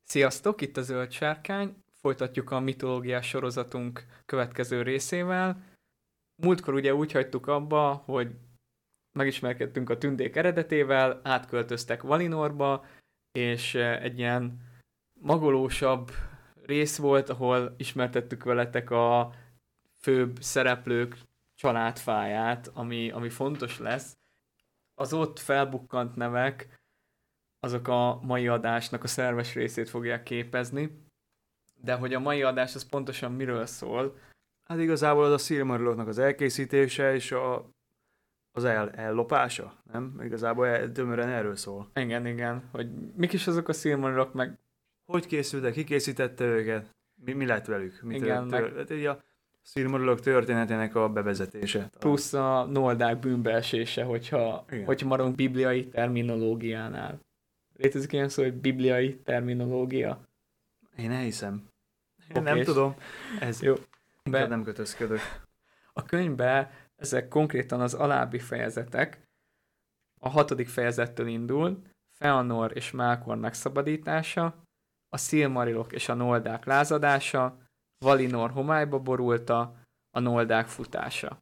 Sziasztok, itt a Zöld Sárkány. Folytatjuk a mitológiás sorozatunk következő részével. Múltkor ugye úgy hagytuk abba, hogy megismerkedtünk a tündék eredetével, átköltöztek Valinorba, és egy ilyen magolósabb rész volt, ahol ismertettük veletek a főbb szereplők családfáját, ami fontos lesz. Az ott felbukkant nevek azok a mai adásnak a szerves részét fogják képezni, de hogy a mai adás az pontosan miről szól. Hát igazából az a Silmarilloknak az elkészítése és az ellopása, nem? Igazából tömören erről szól. Igen, hogy mik is azok a Silmarillok, meg... Hogy készültek, ki készítette őket, mi lett velük? A Silmarillok történetének a bevezetése. Plusz a Noldák bűnbeesése, hogyha maradunk bibliai terminológiánál. Létezik ilyen szó, hogy bibliai terminológia? Én elhiszem. Én nem tudom. Ez jó. Nem kötözködök. A könyvben ezek konkrétan az alábbi fejezetek. A 6. fejezettől indul, Feanor és Melkor megszabadítása, a Silmarillok és a Noldák lázadása, Valinor homályba borulta, a Noldák futása.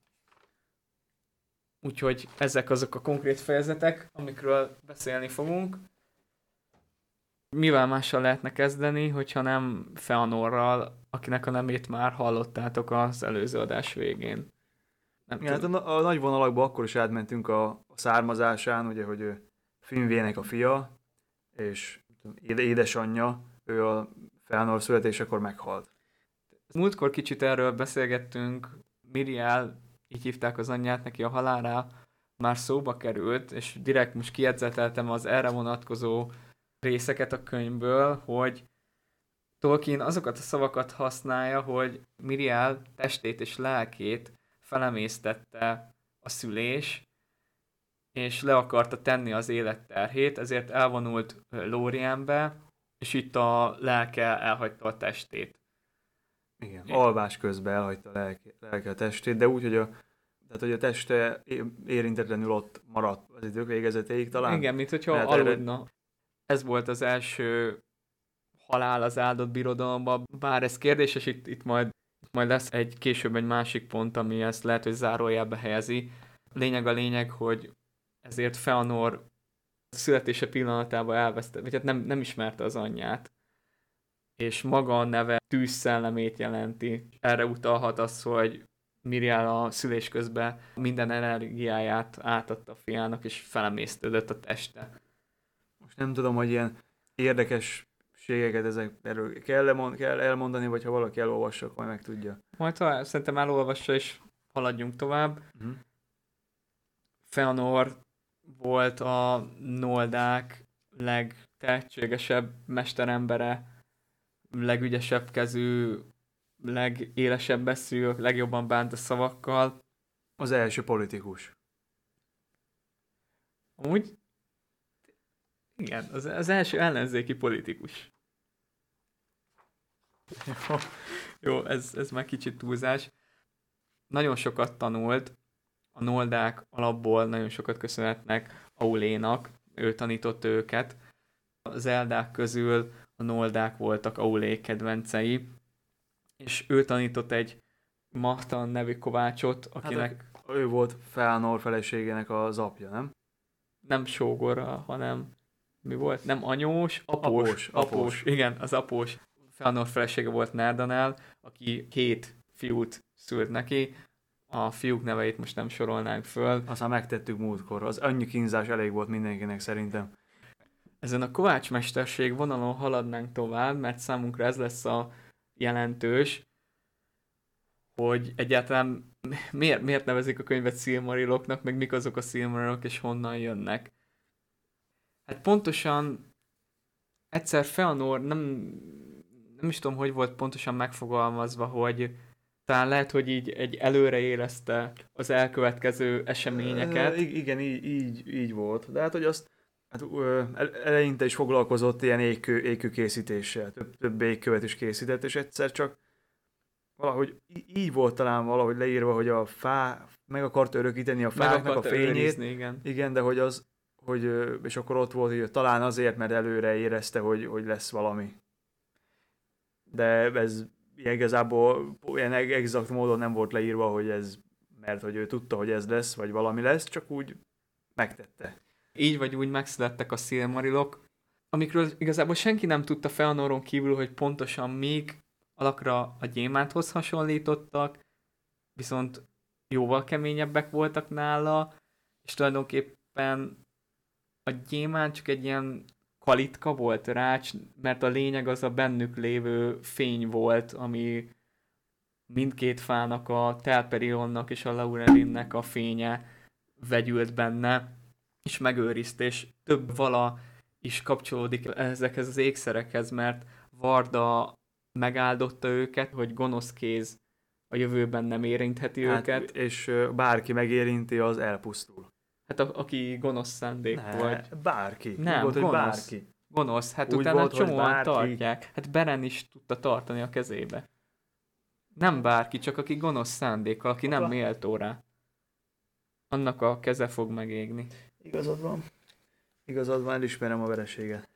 Úgyhogy ezek azok a konkrét fejezetek, amikről beszélni fogunk. Mivel mással lehetne kezdeni, hogyha nem Feanorral, akinek a nemét már hallottátok az előző adás végén. Hát a nagy vonalakban akkor is átmentünk a származásán, ugye, hogy ő Finvének a fia, és édesanyja, ő a Feanor születésekor meghalt. Múltkor kicsit erről beszélgettünk, Miriel, így hívták az anyját, neki a halálára már szóba került, és direkt most kijegyzeteltem az erre vonatkozó részeket a könyvből, hogy Tolkien azokat a szavakat használja, hogy Miriel testét és lelkét felemésztette a szülés, és le akarta tenni az életterhét, ezért elvonult Lórienbe, és itt a lelke elhagyta a testét. Igen, alvás közben elhagyta a lelke a testét, de úgy, hogy a teste érintetlenül ott maradt az idők végezetéig talán. Igen, mint hogyha aludna. Ez volt az első halál az áldott birodalomban, bár ez kérdéses, itt majd lesz később egy másik pont, ami ezt lehet, hogy zárójelbe helyezi. Lényeg, hogy ezért Feanor születése pillanatában elvesztette, vagy hát nem ismerte az anyját. És maga a neve tűzszellemét jelenti. Erre utalhat az, hogy Miriel a szülés közben minden energiáját átadta a fiának, és felemésztődött a teste. Most nem tudom, hogy ilyen érdekességeket erről kell elmondani, vagy ha valaki elolvassa, akkor meg tudja. Majd ha szerintem elolvassa, és haladjunk tovább. Feanor volt a Noldák legtehetségesebb mesterembere, legügyesebb kezű, legélesebb eszű, legjobban bánt a szavakkal. Az első politikus. Amúgy igen, az első ellenzéki politikus. Jó, ez már kicsit túlzás. Nagyon sokat tanult, a Noldák alapból nagyon sokat köszönhetnek Aulénak, ő tanított őket. Az Eldák közül a Noldák voltak Aulé kedvencei, és ő tanított egy Mahtan nevű kovácsot, akinek... Hát, ő volt Feanor feleségének az apja, nem? Nem sógora, hanem mi volt? Nem anyós, após. Igen, az após. Feanor felesége volt Nerdanel, aki 7 fiút szült neki. A fiúk neveit most nem sorolnánk föl. Aztán megtettük múltkor. Az annyi kínzás elég volt mindenkinek szerintem. Ezen a kovácsmesterség vonalon haladnánk tovább, mert számunkra ez lesz a jelentős, hogy egyáltalán miért nevezik a könyvet Silmarilloknak, meg mik azok a Silmarillok, és honnan jönnek. Hát pontosan egyszer Feanor nem is tudom, hogy volt pontosan megfogalmazva, hogy talán lehet, hogy így előre érezte az elkövetkező eseményeket. Igen, így volt. De hát, hogy azt eleinte is foglalkozott ilyen égkő készítéssel, több égkövet is készített, és egyszer csak valahogy így volt talán valahogy leírva, hogy a fá meg akart örökíteni a fáknak a fényét. Őrizni, igen, de hogy és akkor ott volt, hogy talán azért, mert előre érezte, hogy lesz valami. de ez igazából ilyen exakt módon nem volt leírva, hogy ez, mert hogy ő tudta, hogy ez lesz, vagy valami lesz, csak úgy megtette. Így vagy úgy megszülettek a Silmarilok, amikről igazából senki nem tudta Feanoron kívül, hogy pontosan még alakra a gyémánthoz hasonlítottak, viszont jóval keményebbek voltak nála, és tulajdonképpen a gyémánt csak egy ilyen kalitka volt rács, mert a lényeg az a bennük lévő fény volt, ami mindkét fának, a Telperionnak és a Laurelinnek a fénye vegyült benne, és megőrizte, és több vala is kapcsolódik ezekhez az ékszerekhez, mert Varda megáldotta őket, hogy gonosz kéz a jövőben nem érintheti őket. És bárki megérinti, az elpusztul. Hát aki gonosz szándék vagy. Bárki. Nem, volt, gonosz. Hogy bárki. Gonosz, hát úgy utána volt, csomóan tartják. Hát Beren is tudta tartani a kezébe. Nem bárki, csak aki gonosz szándékkal, aki nem méltó rá. Annak a keze fog megégni. Igazad van. Igazad van, elismerem a vereséget.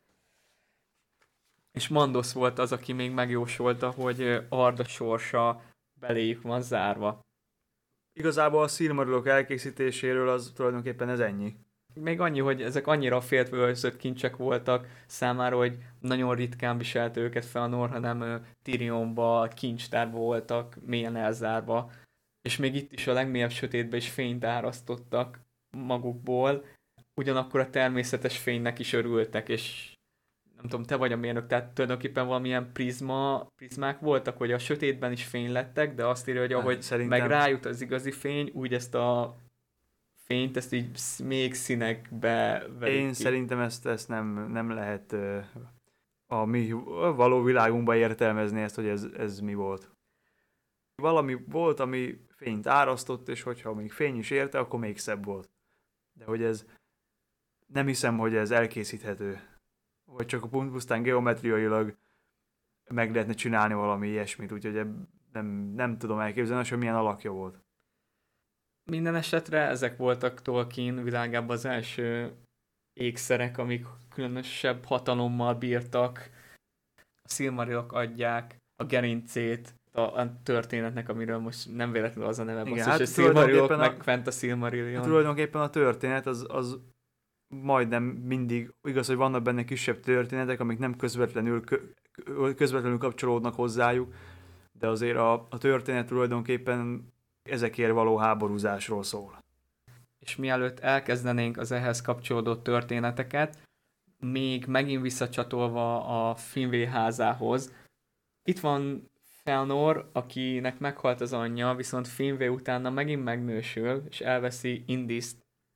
És Mandos volt az, aki még megjósolta, hogy Arda sorsa beléjük van zárva. Igazából a Silmarilok elkészítéséről az tulajdonképpen ez ennyi. Még annyi, hogy ezek annyira féltve kincsek voltak számára, hogy nagyon ritkán viselte őket Feanor, hanem Tyrionba, kincstárba voltak, mélyen elzárva. És még itt is a legmélyebb sötétbe is fényt árasztottak magukból, ugyanakkor a természetes fénynek is örültek, és nem tudom, te vagy a mérnök, tehát tulajdonképpen valamilyen prizmák voltak, hogy a sötétben is fény lettek, de azt írja, hogy ahogy meg rájut az igazi fény, úgy ezt a fényt, ezt így még színekbe verik Én ki. szerintem ezt nem lehet a mi való világunkban értelmezni ezt, hogy ez mi volt. Valami volt, ami fényt árasztott, és hogyha még fény is érte, akkor még szebb volt. De hogy ez, nem hiszem, hogy ez elkészíthető. Vagy csak a pusztán geometriailag meg lehetne csinálni valami ilyesmit, úgyhogy nem tudom elképzelni, hogy milyen alakja volt. Minden esetre ezek voltak Tolkien világában az első ékszerek, amik különösebb hatalommal bírtak. A Silmarilok adják a gerincét a történetnek, amiről most nem véletlenül az a neve, Igen, basszus, a Silmarilok meg fent a Silmarillion. Tulajdonképpen a történet az majdnem mindig, igaz, hogy vannak benne kisebb történetek, amik nem közvetlenül kapcsolódnak hozzájuk, de azért a történet tulajdonképpen ezekért való háborúzásról szól. És mielőtt elkezdenénk az ehhez kapcsolódó történeteket, még megint visszacsatolva a Finwë házához, itt van Feanor, akinek meghalt az anyja, viszont Finwë utána megint megnősül, és elveszi Indist,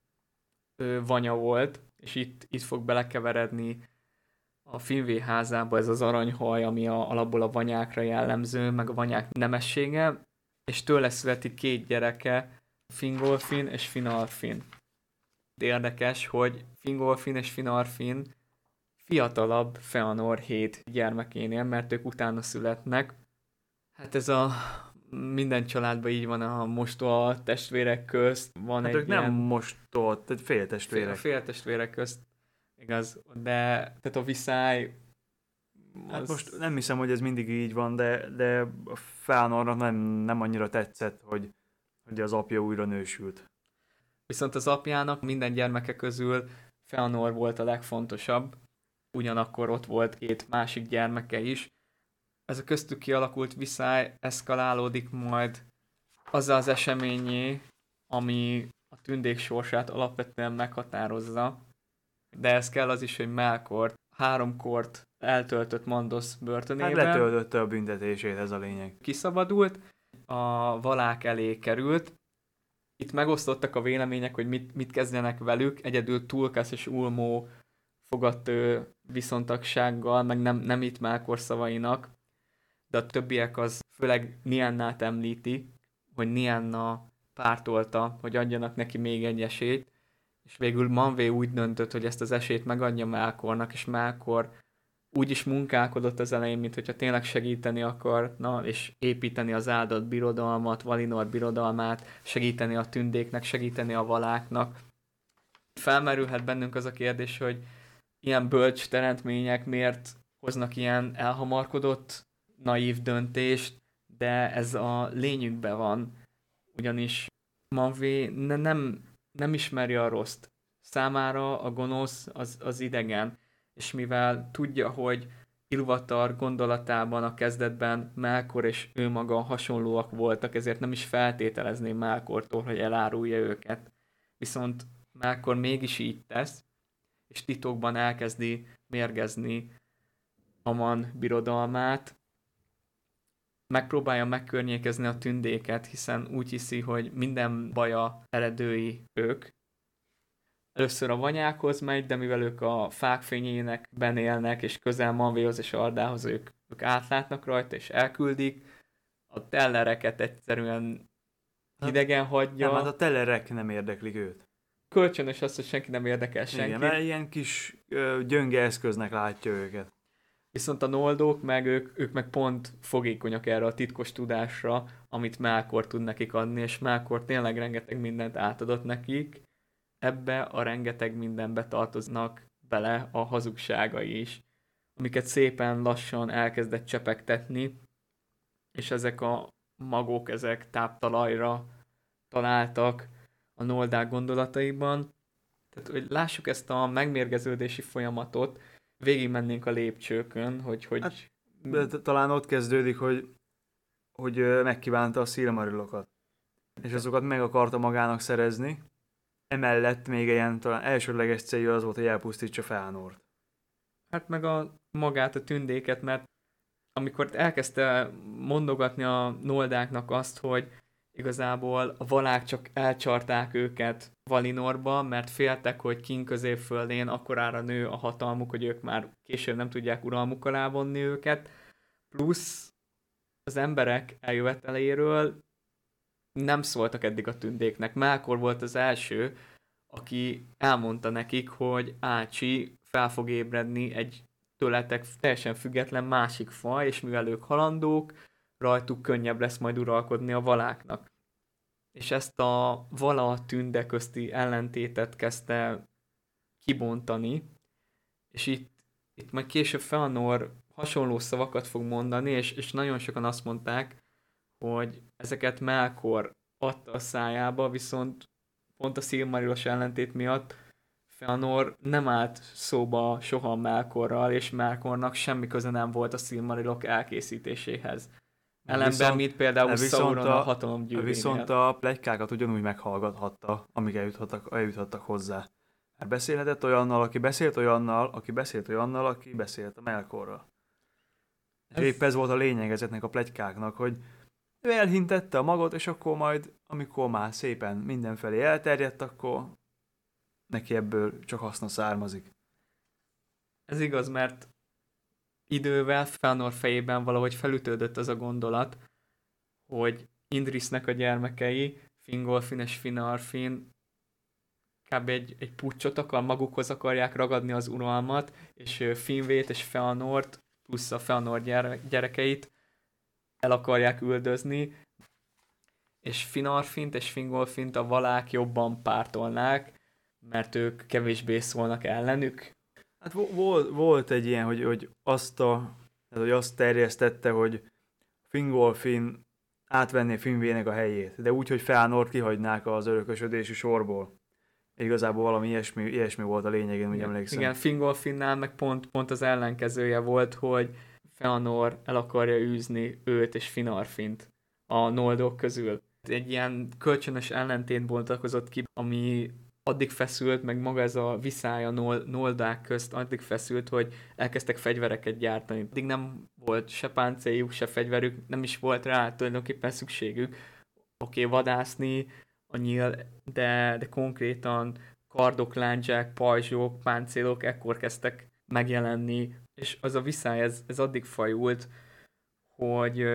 vanya volt, és itt fog belekeveredni a Finwë házába ez az aranyhaj, ami alapból a vanyákra jellemző, meg a vanyák nemessége, és tőle születik 2 gyereke, Fingolfin és Finarfin. Érdekes, hogy Fingolfin és Finarfin fiatalabb Feanor 7 gyermekénél, mert ők utána születnek. Hát ez a minden családban így van a mostoha testvérek közt. Van hát egy ők ilyen... nem mostoha, tehát féltestvérek. Féltestvérek közt, igaz, de tehát a viszály... Hát most nem hiszem, hogy ez mindig így van, de a Feanornak nem annyira tetszett, hogy az apja újra nősült. Viszont az apjának minden gyermeke közül Feanor volt a legfontosabb, ugyanakkor ott volt 2 másik gyermeke is. Ez a köztük kialakult viszály eszkalálódik majd azzal az eseményé, ami a tündék sorsát alapvetően meghatározza. De ez kell az is, hogy Melkor 3 kort eltöltött Mandos börtönében. Hát letöltötte a büntetését, ez a lényeg. Kiszabadult, a valák elé került. Itt megosztottak a vélemények, hogy mit kezdjenek velük. Egyedül Tulkas és Ulmo fogadt viszontagsággal, meg nem itt Melkor szavainak. De a többiek az főleg Niennát említi, hogy Nienna pártolta, hogy adjanak neki még egy esélyt, és végül Manwë úgy döntött, hogy ezt az esélyt megadja Melkornak, és Melkor úgy is munkálkodott az elején, mint hogyha tényleg segíteni akarna, és építeni az áldott birodalmat, Valinor birodalmát, segíteni a tündéknek, segíteni a valáknak. Felmerülhet bennünk az a kérdés, hogy ilyen bölcs teremtmények miért hoznak ilyen elhamarkodott naív döntést, de ez a lényükben van, ugyanis Manvé nem ismeri a rosszt. Számára a gonosz az idegen, és mivel tudja, hogy Ilúvatar gondolatában a kezdetben Melkor és ő maga hasonlóak voltak, ezért nem is feltételezném Melkortól, hogy elárulja őket. Viszont Melkor mégis így tesz, és titokban elkezdi mérgezni Aman birodalmát, megpróbálja megkörnyékezni a tündéket, hiszen úgy hiszi, hogy minden baja eredői ők. Először a Vanyákhoz megy, de mivel ők a fák fényének élnek, és közel Manvéhoz és Ardához, ők átlátnak rajta, és elküldik. A tellereket egyszerűen hidegen hagyja. Nem, hát a tellerek nem érdeklik őt. Kölcsönös az, hogy senki nem érdekel senkit. Igen, mert ilyen kis gyönge eszköznek látja őket. Viszont a noldók meg ők meg pont fogékonyak erre a titkos tudásra, amit Melkor tud nekik adni, és Melkor tényleg rengeteg mindent átadott nekik. Ebbe a rengeteg mindenbe tartoznak bele a hazugságai is, amiket szépen lassan elkezdett csepegtetni, és ezek a magok, ezek táptalajra találtak a noldák gondolataiban. Tehát, hogy lássuk ezt a megmérgeződési folyamatot, végigmennénk a lépcsőkön, hogy... Hát, talán ott kezdődik, hogy megkívánta a Silmarilokat, és azokat meg akarta magának szerezni. Emellett még ilyen talán elsődleges célja az volt, hogy elpusztítsa Feanort. Hát meg magát a tündéket, mert amikor elkezdte mondogatni a noldáknak azt, hogy igazából a valák csak elcsarták őket Valinorba, mert féltek, hogy Kin középföldén akkorára nő a hatalmuk, hogy ők már később nem tudják uralmuk alá vonni őket, plusz az emberek eljöveteléről nem szóltak eddig a tündéknek. Melkor volt az első, aki elmondta nekik, hogy Ácsi fel fog ébredni egy tőletek teljesen független másik faj, és mivel ők halandók, rajtuk könnyebb lesz majd uralkodni a valáknak. És ezt a vala tünde közti ellentétet kezdte kibontani, és itt majd később Feanor hasonló szavakat fog mondani, és nagyon sokan azt mondták, hogy ezeket Melkor adta a szájába, viszont pont a Silmarilos ellentét miatt Feanor nem állt szóba soha Melkorral, és Melkornak semmi köze nem volt a Silmarilok elkészítéséhez. Ellenben, mint például Sauron a hatalomgyűrűnél. Viszont a pletykákat ugyanúgy meghallgathatta, amíg eljuthattak hozzá. Hát beszélhetett olyannal, aki beszélt olyannal, aki beszélt olyannal, aki beszélt a Melkorral. És épp ez volt a lényeg ezeknek a pletykáknak, hogy ő elhintette a magot, és akkor majd, amikor már szépen mindenfelé elterjedt, akkor neki ebből csak haszna származik. Ez igaz, mert idővel Feanor fejében valahogy felütődött az a gondolat, hogy Indrisnek a gyermekei, Fingolfin és Finarfin kb. egy puccsot magukhoz akarják ragadni az uralmat, és Finvét és Feanort, plusz a Feanor gyerekeit el akarják üldözni, és Finarfint és Fingolfint a valák jobban pártolnák, mert ők kevésbé szólnak ellenük. Hát volt egy ilyen, hogy azt terjesztette, hogy Fingolfin átvenné Finvének a helyét, de úgy, hogy Feanort kihagynák az örökösödési sorból. Igazából valami ilyesmi volt a lényeg, én úgy emlékszem. Igen, Fingolfinnál meg pont az ellenkezője volt, hogy Feanor el akarja űzni őt és Finarfint a noldok közül. Egy ilyen kölcsönös ellentét bontakozott ki, ami addig feszült, meg maga ez a viszály a noldák közt addig feszült, hogy elkezdtek fegyvereket gyártani. Addig nem volt se páncéljuk, se fegyverük, nem is volt rá tulajdonképpen szükségük. Oké, vadászni a nyíl, de konkrétan kardok, lándzsák, pajzsok, páncélok ekkor kezdtek megjelenni, és az a viszály, ez addig fajult, hogy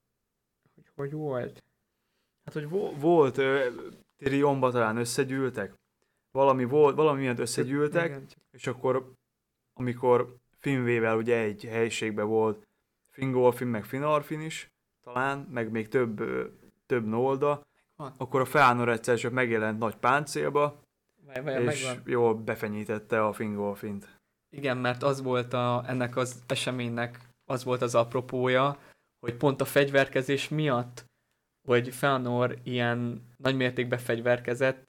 volt? Hát, hogy volt, Tyrionba talán összegyűltek, valami miatt összegyűltek, igen. És akkor, amikor Finvével ugye egy helyiségben volt Fingolfin meg Finarfin is, talán, meg még több nolda, akkor a Feanor egyszer csak megjelent nagy páncélba, és jól befenyítette a Fingolfint. Igen, mert az volt ennek az eseménynek az volt az apropója, hogy pont a fegyverkezés miatt, hogy Feanor ilyen nagymértékben fegyverkezett,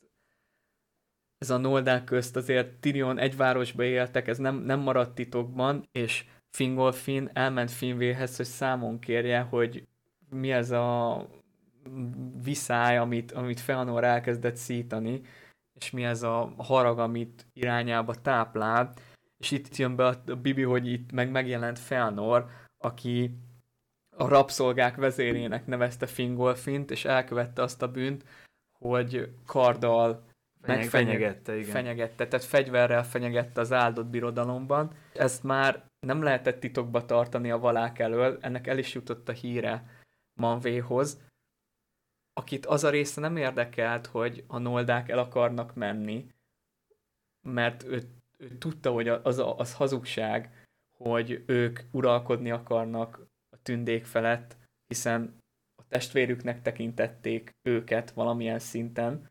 ez a noldák közt azért Tyrion egy városba éltek, ez nem maradt titokban, és Fingolfin elment Finwëhez, hogy számon kérje, hogy mi ez a viszály, amit Feanor elkezdett szítani, és mi ez a harag, amit irányába táplál, és itt jön be a Bibi, hogy itt megjelent Feanor, aki a rabszolgák vezérének nevezte Fingolfint, és elkövette azt a bűnt, hogy karddal fenyegette, igen. Fenyegette, tehát fegyverrel fenyegette az áldott birodalomban. Ezt már nem lehetett titokba tartani a valák elől, ennek el is jutott a híre Manwëhoz, akit az a része nem érdekelt, hogy a noldák el akarnak menni, mert ő tudta, hogy az hazugság, hogy ők uralkodni akarnak a tündék felett, hiszen a testvérüknek tekintették őket valamilyen szinten.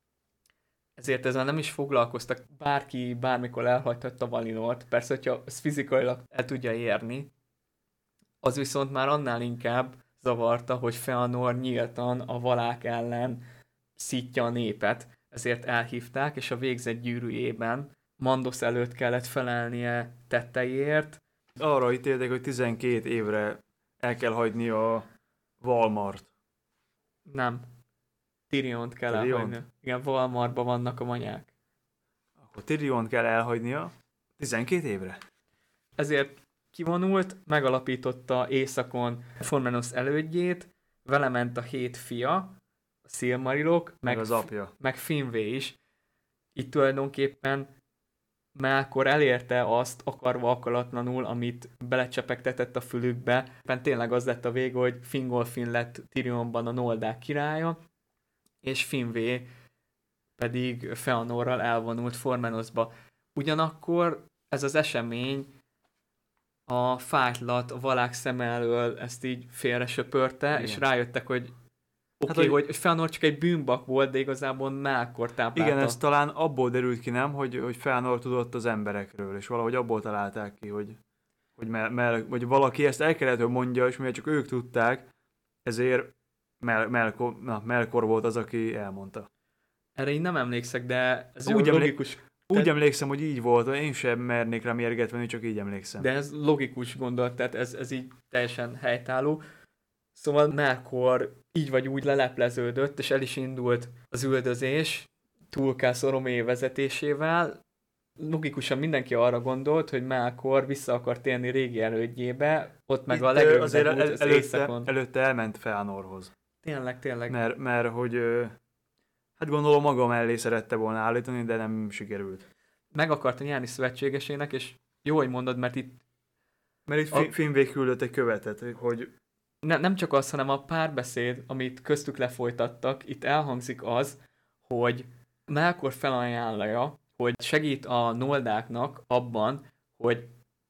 Ezért ezzel nem is foglalkoztak. Bárki bármikor elhagyhatta Valinort. Persze, hogyha ez fizikailag el tudja érni, az viszont már annál inkább zavarta, hogy Feanor nyíltan a valák ellen szítja a népet. Ezért elhívták, és a végzett gyűrűjében Mandos előtt kellett felelnie tetteiért. Arra ítélték, hogy 12 évre el kell hagyni a Valmart. Nem. Tyriont kell elhagyni. Igen, Valmarban vannak a manyák. Akkor Tyriont kell elhagynia 12 évre? Ezért kivonult, megalapította északon Formenos elődjét, vele ment a 7 fia, a Silmarilok, meg az apja. meg Finwë is. Itt tulajdonképpen Melkor elérte azt akarva akaratlanul, amit belecsepegtetett a fülükbe. Tényleg az lett a vége, hogy Fingolfin lett Tyrionban a noldák királya, és Finwë pedig Feanorral elvonult Formenosba. Ugyanakkor ez az esemény a fájtlat, a valák szeme elől ezt így félre söpörte, és rájöttek, hogy hogy Feanor csak egy bűnbak volt, de igazából Melkor táplálta. Igen, ez talán abból derült ki, nem, hogy Feanor tudott az emberekről, és valahogy abból találták ki, hogy valaki ezt el kellett, hogy mondja, és mivel csak ők tudták, ezért Melkor volt az, aki elmondta. Erre én nem emlékszek, de ez úgy logikus. Úgy emlékszem, hogy így volt, én sem mernék rá mérget venni, csak így emlékszem. De ez logikus gondolat, tehát ez így teljesen helytálló. Szóval Melkor így vagy úgy lelepleződött, és el is indult az üldözés Tulkász Oromé vezetésével. Logikusan mindenki arra gondolt, hogy Melkor vissza akar térni régi elődjébe, ott meg itt a legrövidebb út az éjszakon. Előtte elment Feanorhoz. Tényleg. Mert hogy hát gondolom maga mellé szerette volna állítani, de nem sikerült. Meg akarta nyerni szövetségesének, és jó, hogy mondod, mert itt Finwë küldött egy követet, hogy nem csak az, hanem a párbeszéd, amit köztük lefolytattak, itt elhangzik az, hogy Melkor felajánlja, hogy segít a noldáknak abban, hogy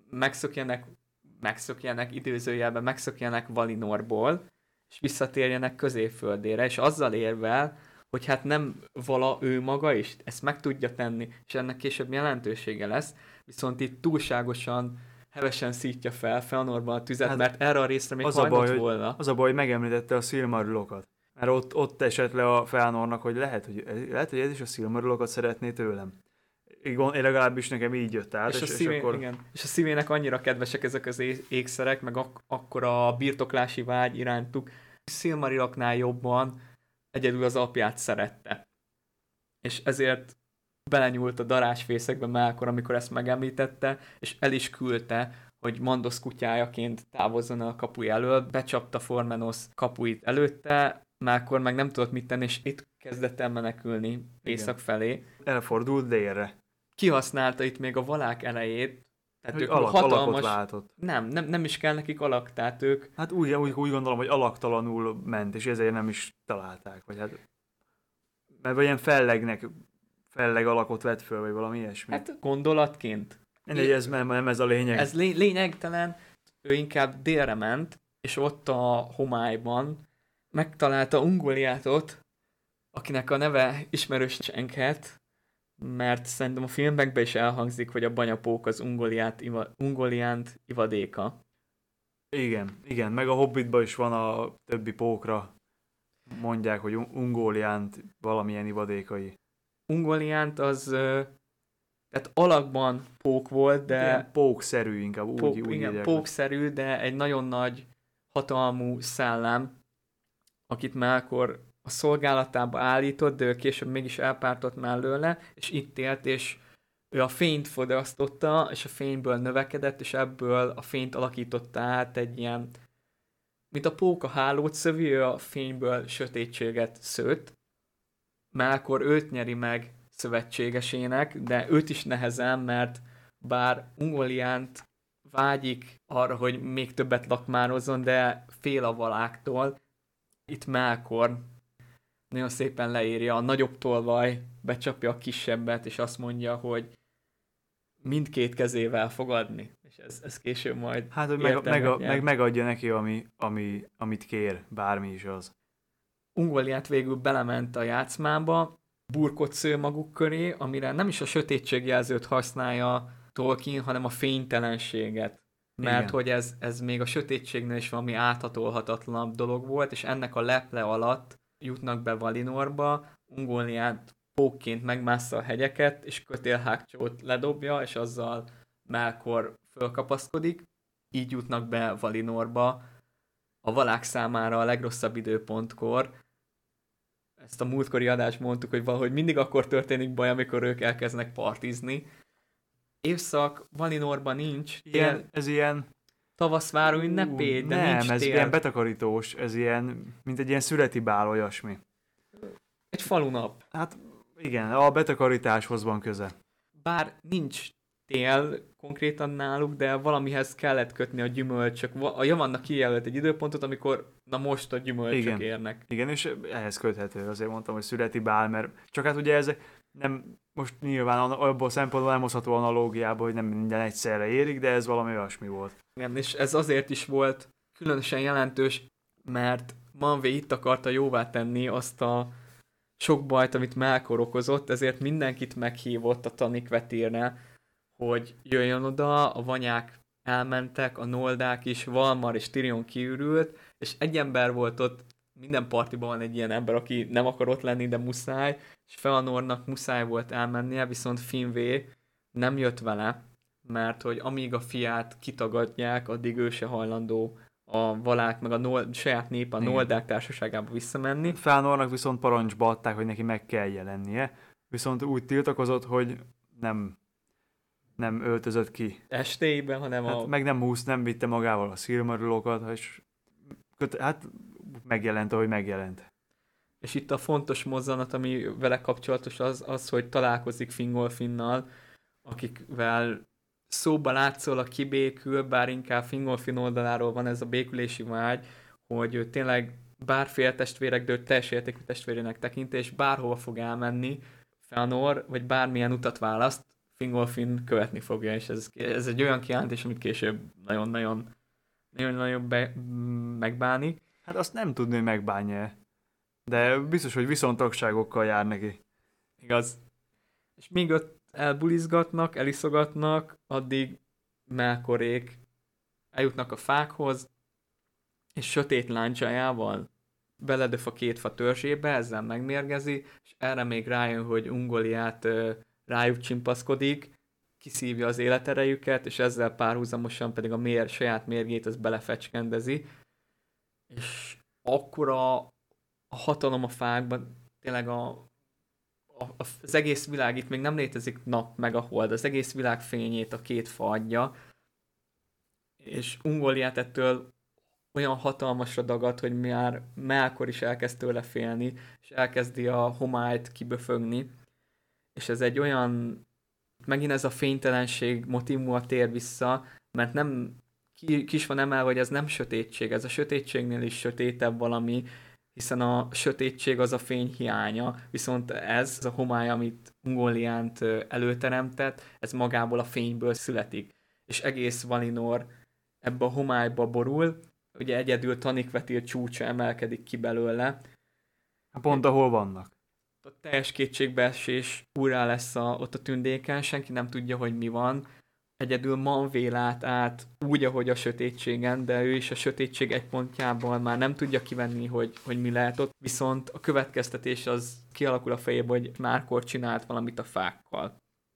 megszökjenek időzőjelben, megszökjenek Valinorból, és visszatérjenek Középföldére, és azzal érvel, hogy hát nem vala ő maga is, ezt meg tudja tenni, és ennek később jelentősége lesz, viszont itt túlságosan hevesen szítja fel Feanorban a tüzet, mert erre a részre még hajlott volna. Az a baj, hogy megemlítette a Silmarilokat. Mert ott esett le a Feanornak, hogy lehet, hogy ez is a Silmarilokat szeretné tőlem. Én legalábbis nekem így jött át. És a szívének annyira kedvesek ezek az ékszerek, meg akkor a birtoklási vágy irántuk. Silmariloknál jobban egyedül az apját szerette. És ezért belenyúlt a darásfészekbe Melkor, amikor ezt megemlítette, és el is küldte, hogy Mandos kutyájaként távozzon el a kapuj elől, becsapta Formenos kapuit előtte, Melkor meg nem tudott mit tenni, és itt kezdett el menekülni észak felé. Elfordult délre. Kihasználta itt még a valák elejét, tehát ők alakot váltott. Nem is kell nekik alak, tehát ők... Hát úgy gondolom, hogy alaktalanul ment, és ezért nem is találták, vagy hát... Mert ilyen felleg alakot vett föl, vagy valami ilyesmi. Hát gondolatként. Ez nem ez a lényeg. Ez lényegtelen. Ő inkább délre ment, és ott a homályban megtalálta Ungoliátot, akinek a neve ismerős csenket, mert szerintem a filmekben is elhangzik, hogy a banyapók az Ungoliánt ivadéka. Igen, meg a Hobbitban is van a többi pókra, mondják, hogy Ungoliánt valamilyen ivadékai. Ungoliant az, tehát alakban pók volt, Hát ilyen de pókszerű inkább, úgy igen, írják. pókszerű, de egy nagyon nagy hatalmú szellem, akit már akkor a szolgálatába állított, de ő később mégis elpártott mellőle, és itt élt, és ő a fényt fogyasztotta, és a fényből növekedett, és ebből a fényt alakította át egy ilyen, mint a póka hálót szövi, ő a fényből sötétséget szőtt, már akkor őt nyeri meg szövetségesének, de őt is nehezen, mert bár Ungoliánt vágyik arra, hogy még többet lakmározzon, de fél a valáktól. Itt Melkor nagyon szépen leírja, a nagyobb tolvaj becsapja a kisebbet, és azt mondja, hogy mindkét kezével fogadni. És ez később majd Hát, hogy megadja neki, amit kér, bármi is az. Ungoliát végül belement a játszmába, burkot sző maguk köré, amire nem is a sötétségjelzőt használja Tolkien, hanem a fénytelenséget. Mert Igen. hogy ez még a sötétségnél is valami áthatolhatatlanabb dolog volt, és ennek a leple alatt jutnak be Valinorba, Ungoliát pókként megmássza a hegyeket, és kötélhágcsót ledobja, és azzal Melkor fölkapaszkodik. Így jutnak be Valinorba, a valák számára a legrosszabb időpontkor. Ezt a múltkori adást mondtuk, hogy valahogy mindig akkor történik baj, amikor ők elkezdenek partizni. Évszak Valinorban nincs. Ez ilyen... Tavaszváró ünnepé, de nincs Nem, ez tél. ilyen betakarítós, ez ilyen, mint egy ilyen születi bál, olyasmi. Egy falunap. Hát igen, a betakarításhoz van köze. Bár nincs tél konkrétan náluk, de valamihez kellett kötni a gyümölcsök. Vannak kijelölt egy időpontot, amikor na most a gyümölcsök érnek. Igen, és ehhez köthető, azért mondtam, hogy születi bál, mert csak hát ugye ez nem, most nyilván abból a szempontból nem hozható analógiából, hogy nem minden egyszerre érik, de ez valami olyasmi volt. Igen, és ez azért is volt különösen jelentős, mert Manwë itt akarta jóvá tenni azt a sok bajt, amit Melkor okozott, ezért mindenkit meghívott a Tanikvetírne, hogy jöjjön oda, a vanyák elmentek, a noldák is, Valmar és Tirion kiürült, és egy ember volt ott, minden partiban van egy ilyen ember, aki nem akar ott lenni, de muszáj, és Fëanornak muszáj volt elmennie, viszont Finwë nem jött vele, mert hogy amíg a fiát kitagadják, addig ő se hajlandó a valák, meg a saját nép, a noldák társaságába visszamenni. Fëanornak viszont parancsba adták, hogy neki meg kell jelennie, viszont úgy tiltakozott, hogy nem öltözött ki. Estéiben, hanem hát meg nem vitte magával a Silmarillokat, és hát megjelent, ahogy megjelent. És itt a fontos mozzanat, ami vele kapcsolatos az, hogy találkozik Fingolfinnal, akikvel szóba látszol a kibékül, bár inkább Fingolfin oldaláról van ez a békülési vágy, hogy ő tényleg bár féltestvérek, de ő teljes értékű testvérének tekinti, és bárhova fog elmenni Fëanor, vagy bármilyen utat választ, Fingolfin követni fogja, és ez egy olyan kijelentés, amit később nagyon-nagyon megbánik. Hát azt nem tudni, hogy megbánja, de biztos, hogy viszontagságokkal jár neki. Igaz. És még ott elbulizgatnak, eliszogatnak, addig Melkorék eljutnak a fákhoz, és sötét láncsájával beledöf a két fa törzsébe, ezzel megmérgezi, és erre még rájön, hogy Ungoliát rájuk csimpaszkodik, kiszívja az életerejüket, és ezzel párhuzamosan pedig a saját mérgét az belefecskendezi, és akkora a hatalom a fákban, tényleg az egész világ, itt még nem létezik nap meg a hold, az egész világ fényét a két fa adja, és Ungoliát ettől olyan hatalmasra dagad, hogy már Melkor is elkezd tőle félni, és elkezdi a homályt kiböfögni, és ez egy olyan, megint ez a fénytelenség motívuma tér vissza, mert nem ki is van emelve, hogy ez nem sötétség, ez a sötétségnél is sötétebb valami, hiszen a sötétség az a fény hiánya, viszont ez a homály, amit Ungoliánt előteremtett, ez magából a fényből születik. És egész Valinor ebbe a homályba borul, ugye egyedül Tanikvetír csúcsa emelkedik ki belőle. Pont ahol vannak. A teljes kétségbeesés úrrá lesz ott a tündéken, senki nem tudja, hogy mi van. egyedül Manvé lát át úgy, ahogy a sötétségen, de ő is a sötétség egy pontjából már nem tudja kivenni, hogy mi lehet ott, viszont a következtetés az kialakul a fejében, hogy Márkor csinált valamit a fákkal.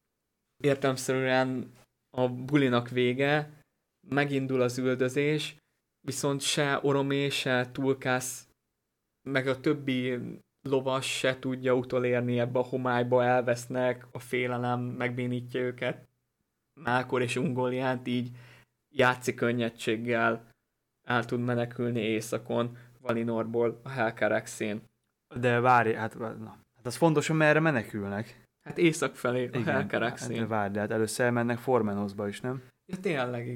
Értelemszerűen a bulinak vége, megindul az üldözés, viszont se Oromé, se Tulkász, meg a többi lovas se tudja utolérni ebbe a homályba, elvesznek, a félelem megbénítja őket. Mákor és Ungoliant így játszik könnyedséggel el tud menekülni északon, Valinorból, a Helcaraxén. De várj, hát az fontos, hogy merre menekülnek. Hát észak felé, a Helcaraxén. Hát várj, de hát először elmennek Formenosba is, nem? Ja, tényleg,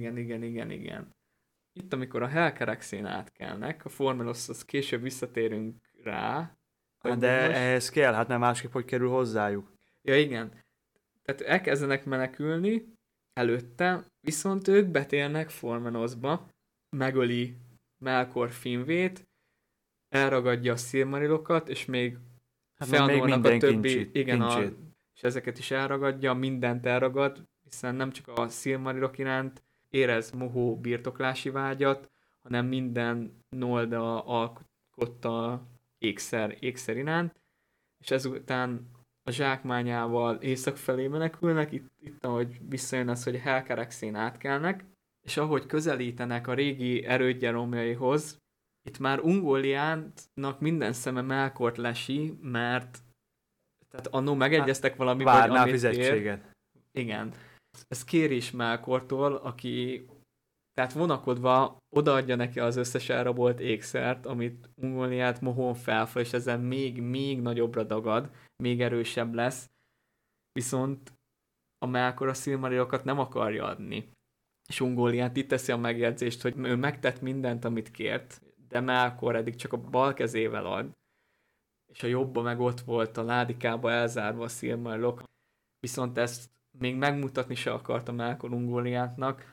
igen. Itt, amikor a Helcaraxén átkelnek, a Formenoshoz később visszatérünk rá. De most... ehhez kell, hát nem másképp, hogy kerül hozzájuk. Ja, igen. Tehát elkezdenek menekülni előtte, viszont ők betérnek Formenosba, megöli Melkor Finvét, elragadja a Silmarilokat, és még Feanornak a többi, és ezeket is elragadja, mindent elragad, hiszen nem csak a Silmarilok iránt érez mohó birtoklási vágyat, hanem minden Nolda alkotta ékszer iránt, és ezután a zsákmányával észak felé menekülnek, itt ahogy visszajön az, hogy a Helcaraxén átkelnek, és ahogy közelítenek a régi erődje romjaihoz, itt már Ungoliantnak minden szeme Melkort lesi, mert tehát annó megegyeztek valami, vagy amit fizetséget. Kér. Igen. Ez kér is Melkortól, aki tehát vonakodva odaadja neki az összes elrabolt ékszert, amit Ungoliant mohón felfel, és ezen még nagyobbra dagad, még erősebb lesz. Viszont a Melkor a Silmarilokat nem akarja adni. És Ungoliant itt teszi a megjegyzést, hogy ő megtett mindent, amit kért, de Melkor eddig csak a bal kezével ad, és a jobba meg ott volt a ládikába elzárva a Silmarilok. Viszont ezt még megmutatni se akarta Melkor Ungoliantnak,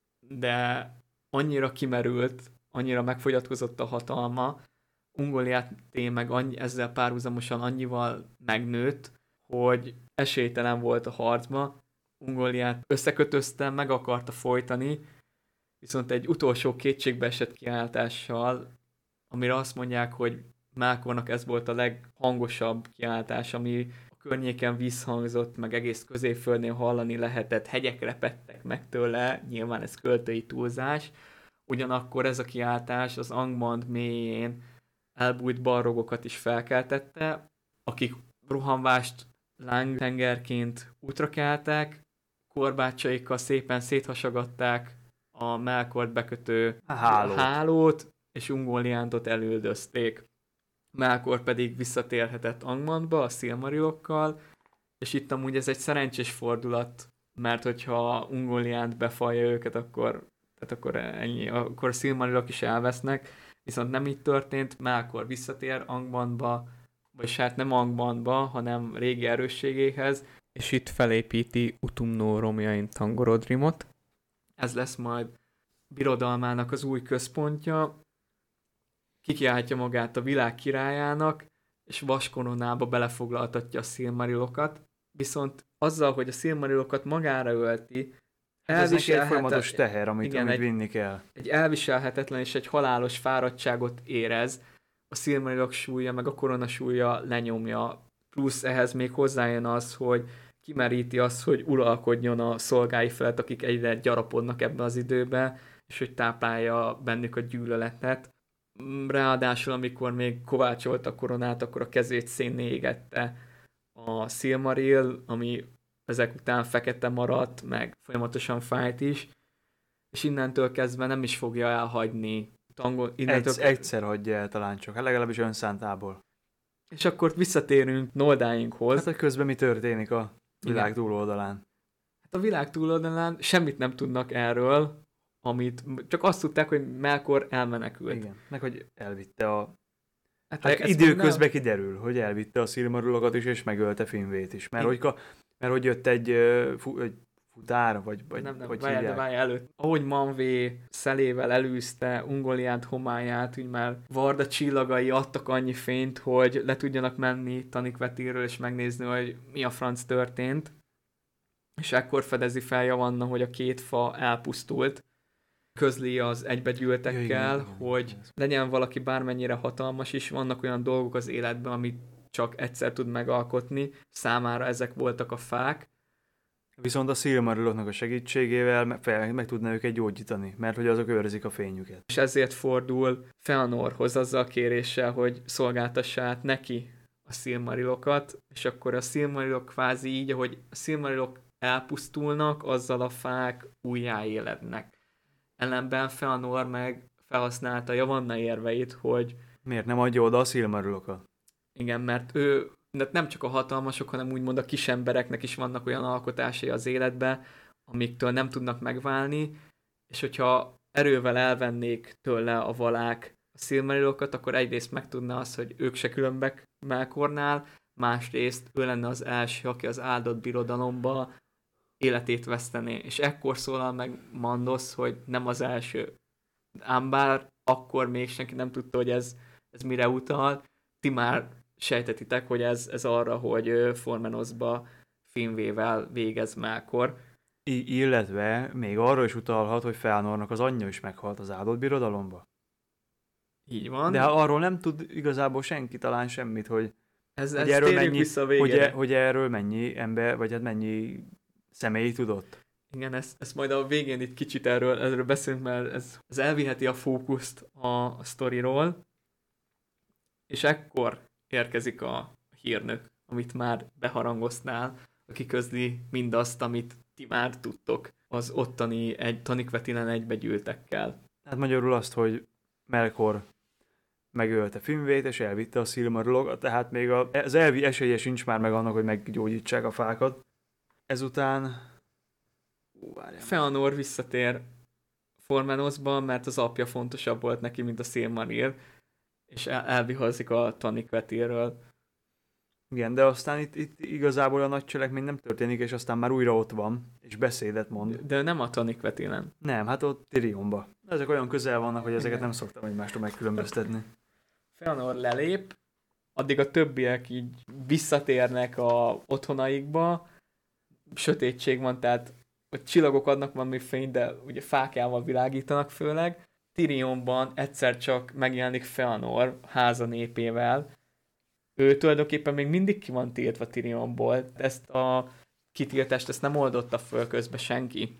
de annyira kimerült, annyira megfogyatkozott a hatalma, Ungolianté meg ezzel párhuzamosan annyival megnőtt, hogy esélytelen volt a harcba. Ungoliant összekötözte, meg akarta folytani, viszont egy utolsó kétségbeesett kiáltással, amire azt mondják, hogy Melkornak ez volt a leghangosabb kiáltás, ami a környéken visszhangzott, meg egész Középföldnél hallani lehetett, hegyek repedtek meg tőle, nyilván ez költői túlzás. Ugyanakkor ez a kiáltás az Angmand mélyén elbújt balrogokat is felkeltette, akik rohanvást lángtengerként útra keltek, korbácsaikkal szépen széthasagatták a Melkort bekötő hálót, és Ungoliantot elüldözték. Melkor pedig visszatérhetett Angmandba a Silmarilokkal, és itt amúgy ez egy szerencsés fordulat, mert hogyha Ungoliant befalja őket, akkor ennyi, akkor a Silmarilok is elvesznek, viszont nem így történt, Melkor visszatér Angbandba, vagy hát nem Angbandba, hanem régi erősségéhez, és itt felépíti Utumno romjain Tangorodrimot. Ez lesz majd birodalmának az új központja, kikiáltja magát a világ királyának, és vaskoronába belefoglaltatja a Silmarilokat, viszont azzal, hogy a Silmarilokat magára ölti, ez egy folyamatos teher, amit vinni kell. Egy elviselhetetlen és egy halálos fáradtságot érez, a Silmarilok súlya, meg a korona súlya lenyomja, plusz ehhez még hozzájön az, hogy kimeríti azt, hogy uralkodjon a szolgái felett, akik egyre gyarapodnak ebbe az időbe, és hogy táplálja bennük a gyűlöletet. Ráadásul, amikor még kovácsolta a koronát, akkor a kezét szénné égette a Silmaril, ami ezek után fekete maradt, meg folyamatosan fájt is, és innentől kezdve nem is fogja elhagyni. Egyszer hagyja el talán csak, legalábbis önszántából. És akkor visszatérünk Noldáinkhoz. Hát, hogy közben mi történik a világ túloldalán? Hát a világ túloldalán semmit nem tudnak erről, amit csak azt tudták, hogy Melkor elmenekült. Igen, meg hogy elvitte a... Hát időközben kiderül, hogy elvitte a Silmarilokat is, és megölte Finvét is. Mert hogy jött egy futár, vagy várj előtt. Ahogy Manvé szelével elűzte Ungoliant homályát, úgy már Varda csillagai adtak annyi fényt, hogy le tudjanak menni Tanikvetirről, és megnézni, hogy mi a franc történt. és ekkor fedezi fel Javanna, hogy a két fa elpusztult. Közli az egybegyűltekkel, hogy legyen valaki bármennyire hatalmas is, vannak olyan dolgok az életben, amit csak egyszer tud megalkotni, számára ezek voltak a fák. Viszont a Silmarilloknak a segítségével meg tudná őket gyógyítani, mert hogy azok őrzik a fényüket. És ezért fordul Feanorhoz azzal a kéréssel, hogy szolgáltassa át neki a Silmarillokat, és akkor a Silmarillok kvázi így, ahogy a Silmarillok elpusztulnak, azzal a fák újjáélednek. Ellenben Feanor meg felhasználta Javanna érveit, hogy miért nem adja oda a Silmarillokat? Igen, mert ő nem csak a hatalmasok, hanem úgymond a kis embereknek is vannak olyan alkotásai az életben, amiktől nem tudnak megválni, és hogyha erővel elvennék tőle a valák a Silmarillokat, akkor egyrészt megtudná azt, hogy ők se különbek Melkornál, másrészt ő lenne az első, aki az áldott birodalomba életét vesztené. És ekkor szólal meg Mandos, hogy nem az első. Ám bár akkor még senki nem tudta, hogy ez mire utal, ti már sejtetitek, hogy ez arra, hogy Formenosba Finvével végez Melkor. Illetve még arra is utalhat, hogy Feanornak az anyja is meghalt az áldott birodalomba. Így van. De arról nem tud igazából senki talán semmit, hogy erről mennyi, vissza hogy erről mennyi ember, vagy hát mennyi személy tudott. Igen, ezt majd a végén itt kicsit erről beszélünk, mert ez elviheti a fókuszt a sztoriról, és ekkor érkezik a hírnök, amit már beharangoztál, aki közli mindazt, amit ti már tudtok az ottani Tanikvetilen egybegyűltekkel. Hát magyarul azt, hogy Melkor megölte Finvét, és elvitte a Silmarillokat, tehát még az elvi esélye sincs már meg annak, hogy meggyógyítsák a fákat. Ezután... Feanor visszatér Formenosba, mert az apja fontosabb volt neki, mint a Silmaril, és elvihazik a Tanikvetilről. Igen, de aztán itt igazából a nagy cselekmény nem történik, és aztán már újra ott van, és beszédet mond. De nem a Tanikvetilen. Nem, hát ott Tyrionba. Ezek olyan közel vannak, hogy ezeket nem szoktam egymástól megkülönböztetni. Feanor lelép, addig a többiek így visszatérnek a otthonaikba, sötétség van, tehát hogy csillagok adnak valami fényt, de ugye fákjával világítanak főleg. Tyrionban egyszer csak megjelenik Feanor háza népével. Ő tulajdonképpen még mindig ki van tiltva Tyrionból. Ezt a kitiltást nem oldotta föl közben senki.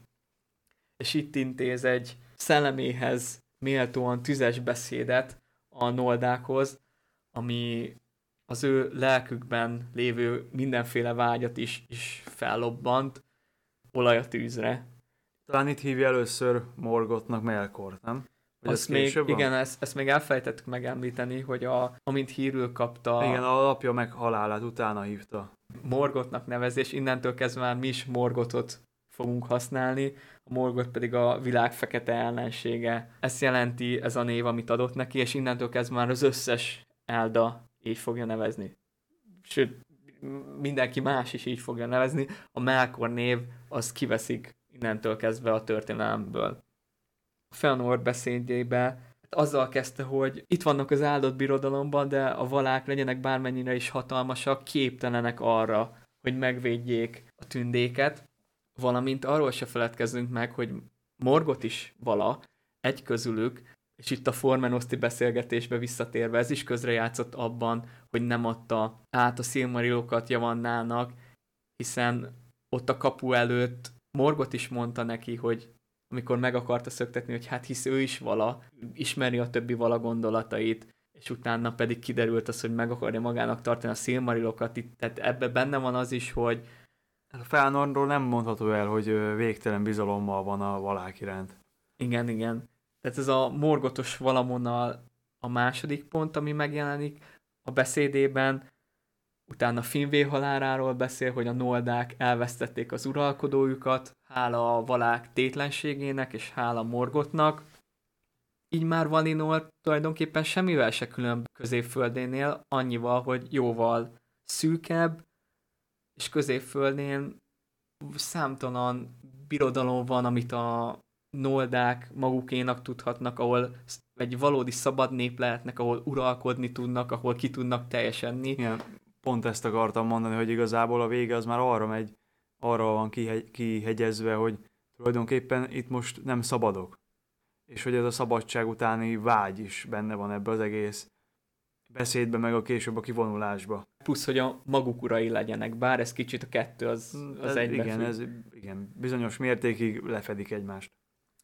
És itt intéz egy szelleméhez méltóan tüzes beszédet a noldákhoz, ami az ő lelkükben lévő mindenféle vágyat is fellobbant, olaj a tűzre. Talán itt hívja először Morgothnak Melkort, nem? Azt még, igen, ezt még elfelejtettük megemlíteni, hogy amint hírül kapta... Igen, a apja meg halálát utána hívta. Morgothnak nevezés, innentől kezdve már mi is Morgothot fogunk használni, a Morgoth pedig a világ fekete ellensége. Ezt jelenti ez a név, amit adott neki, és innentől kezdve már az összes Elda így fogja nevezni. Sőt, mindenki más is így fogja nevezni. A Melkor név, az kiveszik innentől kezdve a történelemből. Feanor beszédjébe azzal kezdte, hogy itt vannak az áldott birodalomban, de a valák legyenek bármennyire is hatalmasak, képtelenek arra, hogy megvédjék a tündéket, valamint arról se feledkezzünk meg, hogy Morgoth is vala, egy közülük, és itt a Formenoszi beszélgetésbe visszatérve, ez is közrejátszott abban, hogy nem adta át a Silmarillokat Javannának, hiszen ott a kapu előtt Morgoth is mondta neki, hogy amikor meg akarta szöktetni, hogy hát hisz ő is vala, ismeri a többi vala gondolatait, és utána pedig kiderült az, hogy meg akarja magának tartani a Silmarillokat, tehát ebben benne van az is, hogy a Feanorról nem mondható el, hogy végtelen bizalommal van a valák iránt. Igen, igen. Tehát ez a Morgothos valamonnal a második pont, ami megjelenik a beszédében, utána Finvé haláláról beszél, hogy a noldák elvesztették az uralkodójukat, hála a valák tétlenségének és hála Morgothnak. Így már Valinor tulajdonképpen semmivel se különb Középföldénél, annyival, hogy jóval szűkebb, és Középföldén számtalan birodalom van, amit a noldák magukénak tudhatnak, ahol egy valódi szabad nép lehetnek, ahol uralkodni tudnak, ahol ki tudnak teljesedni. Igen, pont ezt akartam mondani, hogy igazából a vége az már arra megy, arra van kihegyezve, hogy tulajdonképpen itt most nem szabadok. És hogy ez a szabadság utáni vágy is benne van ebbe az egész beszédbe, meg a később a kivonulásba. Plusz, hogy a maguk urai legyenek, bár ez kicsit a kettő az egybefügg. Igen, bizonyos mértékig lefedik egymást.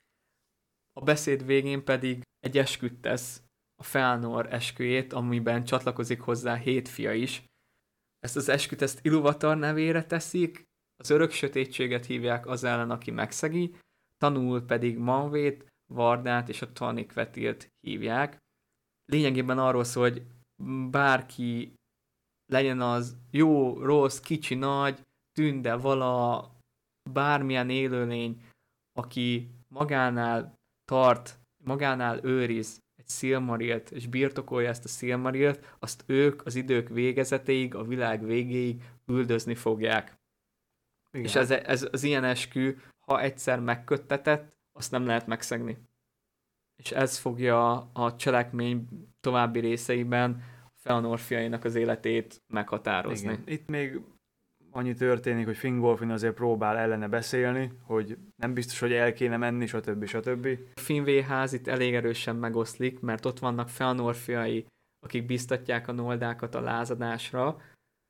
A beszéd végén pedig egy esküt tesz, a Fëanor esküjét, amiben csatlakozik hozzá 7 fia is. Ezt az esküt Ilúvatar nevére teszik, az örök sötétséget hívják az ellen, aki megszegi, tanul pedig Manvét, Vardát és a Tanikvetilt hívják. Lényegében arról szól, hogy bárki legyen az jó, rossz, kicsi, nagy, tünde, vala, bármilyen élőlény, aki magánál tart, magánál őriz egy Silmarilt, és birtokolja ezt a Silmarilt, azt ők az idők végezetéig, a világ végéig üldözni fogják. Igen. És ez az ilyen eskü, ha egyszer megköttetett, azt nem lehet megszegni. És ez fogja a cselekmény további részeiben Fëanor fiainak az életét meghatározni. Igen. Itt még annyi történik, hogy Fingolfin azért próbál ellene beszélni, hogy nem biztos, hogy el kéne menni, stb. A Finwë ház itt elég erősen megoszlik, mert ott vannak Fëanor fiai, akik biztatják a noldákat a lázadásra.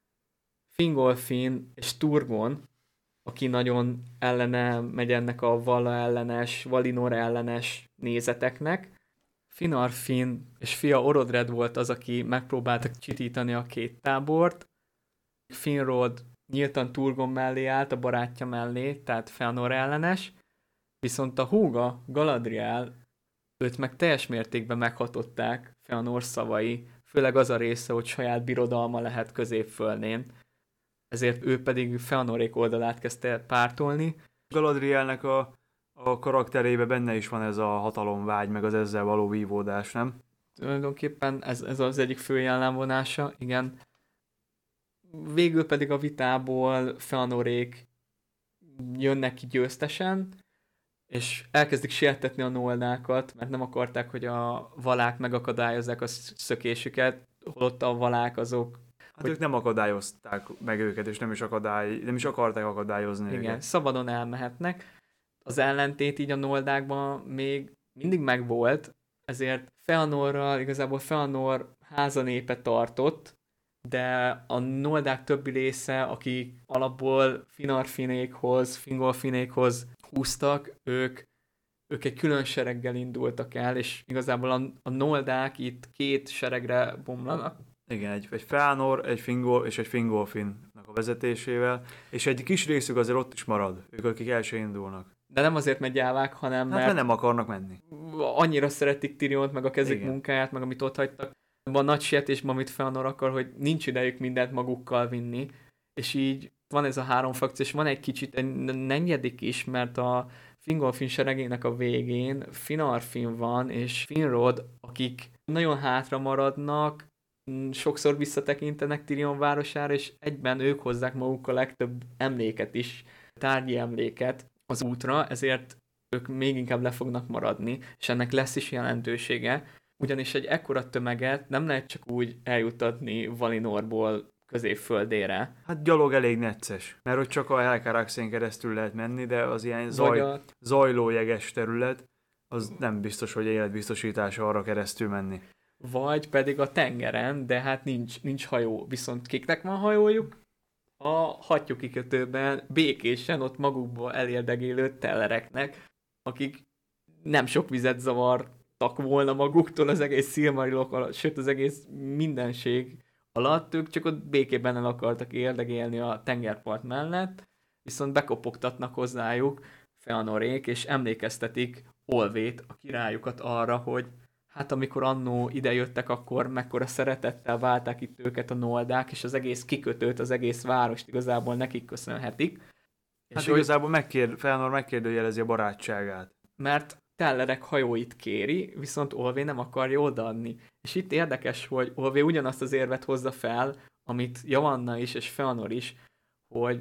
Fingolfin és Turgon, aki nagyon ellene megy ennek a Valla ellenes, Valinor ellenes nézeteknek. Finarfin és fia Orodred volt az, aki megpróbáltak csitítani a két tábort. Finrod nyíltan Turgon mellé állt, a barátja mellé, tehát Fëanor ellenes, viszont a húga, Galadriel, őt meg teljes mértékben meghatották Fëanor szavai, főleg az a része, hogy saját birodalma lehet Középföldén. Ezért ő pedig Fëanorék oldalát kezdte pártolni. Galadrielnek a karakterébe benne is van ez a hatalomvágy, meg az ezzel való vívódás, nem? Tulajdonképpen ez az egyik fő jellemvonása, igen. Végül pedig a vitából Fëanorék jönnek ki győztesen, és elkezdik sértetni a noldákat, mert nem akarták, hogy a valák megakadályozzák a szökésüket, holott a valák azok... Hát ők nem akadályozták meg őket, és nem is akarták akadályozni igen, őket. Szabadon elmehetnek. Az ellentét így a noldákban még mindig megvolt, ezért Fëanorral, igazából Fëanor házanépe tartott, de a noldák többi része, akik alapból Fingolfinékhoz húztak, ők egy külön sereggel indultak el, és igazából a noldák itt 2 seregre bomlanak. Igen, egy Fëanor, egy Fingolfinnak a vezetésével, és egy kis részük azért ott is marad, ők akik első indulnak. De nem azért megyávák, hanem mert nem akarnak menni. Annyira szeretik Tyriont, meg a kezük igen. munkáját, meg amit ott hagytak. Abban a nagy sietésben, amit Fëanor akar, hogy nincs idejük mindent magukkal vinni, és így van ez a 3 frakció, és van egy kicsit egy negyedik is, mert a Fingolfin seregének a végén Finarfin van, és Finrod, akik nagyon hátra maradnak, sokszor visszatekintenek Tyrion városára, és egyben ők hozzák maguk a legtöbb emléket is, tárgyi emléket az útra, ezért ők még inkább le fognak maradni, és ennek lesz is jelentősége, ugyanis egy ekkora tömeget nem lehet csak úgy eljuttatni Valinorból Középföldére. Hát gyalog elég necces, mert hogy csak a Helcaraxen keresztül lehet menni, de az ilyen zajló jeges terület, az nem biztos, hogy életbiztosítása arra keresztül menni. Vagy pedig a tengeren, de hát nincs hajó. Viszont kiknek van hajójuk? A hattyúkikötőben békésen ott magukból elérdegélő tellereknek, akik nem sok vizet zavartak volna maguktól az egész Silmarilok alatt, sőt az egész mindenség alatt, ők csak ott békében el akartak érdegélni a tengerpart mellett, viszont bekopogtatnak hozzájuk Fëanorék, és emlékeztetik Olvét, a királyukat arra, hogy hát amikor annó idejöttek, akkor mekkora szeretettel válták itt őket a noldák, és az egész kikötőt, az egész várost igazából nekik köszönhetik. Hát és igazából Fëanor megkérdőjelezi a barátságát. Mert tellerek hajóit kéri, viszont Olvé nem akarja odaadni. És itt érdekes, hogy Olvé ugyanazt az érvet hozza fel, amit Javanna is és Fëanor is, hogy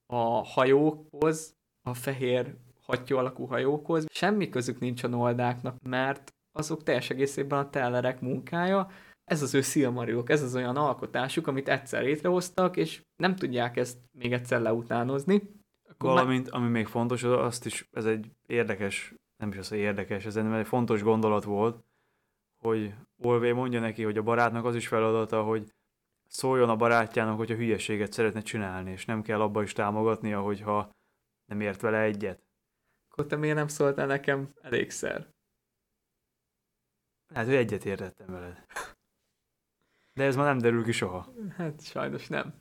a hajókhoz, a fehér hattyú alakú hajókhoz semmi közük nincs a noldáknak, mert azok teljes egészében a tellerek munkája, ez az ő Silmarilok, ez az olyan alkotásuk, amit egyszer létrehoztak, és nem tudják ezt még egyszer leutánozni. Valamint, ami még fontos, azt is, ez egy érdekes, nem is az, hogy érdekes, ez egy fontos gondolat volt, hogy Olvé mondja neki, hogy a barátnak az is feladata, hogy szóljon a barátjának, hogyha hülyeséget szeretne csinálni, és nem kell abba is támogatnia, hogyha nem ért vele egyet. Akkor te miért nem szóltál nekem elégszer? Hát, hogy egyet értettem veled. De ez már nem derül ki soha. Hát sajnos nem.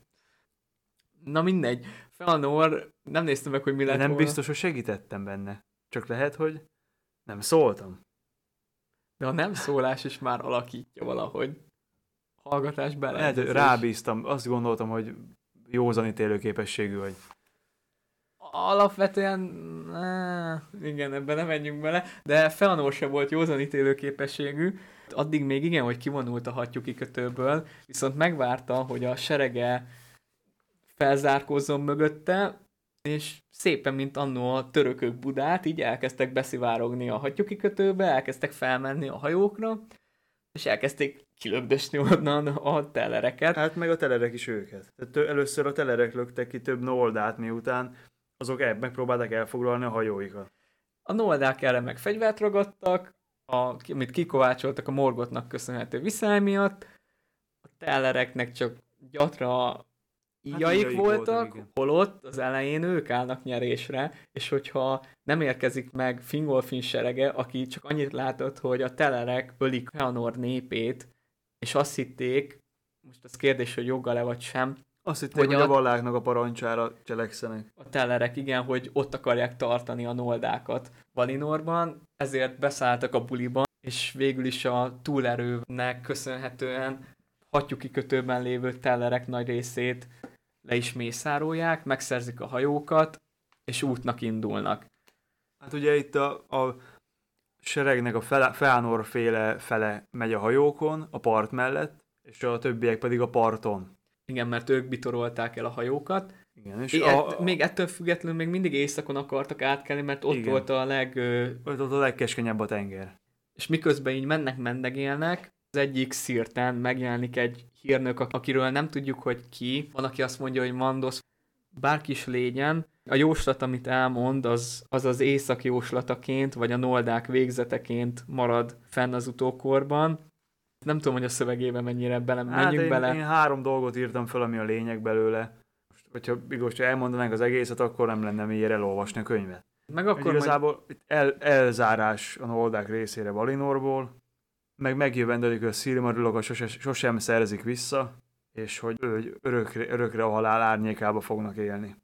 Na mindegy. Feanor, nem néztem meg, hogy mi lett Nem volna. biztos, hogy segítettem benne. Csak lehet, hogy nem szóltam. De a nem szólás is már alakítja valahogy. Hallgatás Lehet, hogy beleegyezés. rábíztam, azt gondoltam, hogy józanítélő képességű vagy. Alapvetően, igen, ebben nem menjünk bele, de Feanor se volt józanítélő képességű. Addig még igen, hogy kivonult a hattyúkikötőből, viszont megvárta, hogy a serege felzárkózzon mögötte, és szépen, mint annó a törökök Budát, így elkezdtek beszivárogni a hattyúkikötőbe, elkezdtek felmenni a hajókra, és elkezdték kilögdösni onnan a tellereket. Hát meg a telerek is őket. Tehát először a telerek löktek ki több noldát, miután azok megpróbálták elfoglalni a hajóikat. A noldák erre meg fegyvert ragadtak, amit kikovácsoltak a Morgothnak köszönhető viszály miatt, a tellereknek csak gyatra íjaik voltak, igen. holott az elején ők állnak nyerésre, és hogyha nem érkezik meg Fingolfin serege, aki csak annyit látott, hogy a tellerek ölik Feanor népét, és azt hitték, most az kérdés, hogy joggal-e vagy sem, Azt hitték, hogy a a valláknak a parancsára cselekszenek. a tellerek, igen, hogy ott akarják tartani a noldákat Valinorban, ezért beszálltak a buliban, és végül is a túlerőnek köszönhetően hattyúkikötőben lévő tellerek nagy részét le is mészárolják, megszerzik a hajókat, és útnak indulnak. Hát ugye itt a seregnek a Feanor féle fele megy a hajókon, a part mellett, és a többiek pedig a parton. Igen, mert ők bitorolták el a hajókat. Igen, és Még ettől függetlenül még mindig északon akartak átkelni, mert ott Igen. volt a ott a legkeskenyebb a tenger. és miközben így mennek, mendegélnek, az egyik szirten megjelenik egy hírnök, akiről nem tudjuk, hogy ki. Van, aki azt mondja, hogy Mandos, bárki is légyen. A jóslat, amit elmond, az észak jóslataként, vagy a noldák végzeteként marad fenn az utókorban. Nem tudom, hogy a szövegében mennyire menjünk bele. Én 3 dolgot írtam fel, ami a lényeg belőle. Most, hogyha Bigos, elmondanánk az egészet, akkor nem lenne miért elolvasni a könyvet. Meg akkor igazából elzárás a noldák részére Valinorból, meg megjövendődik, hogy a Silmarillokat sosem szerzik vissza, és hogy örökre a halál árnyékába fognak élni.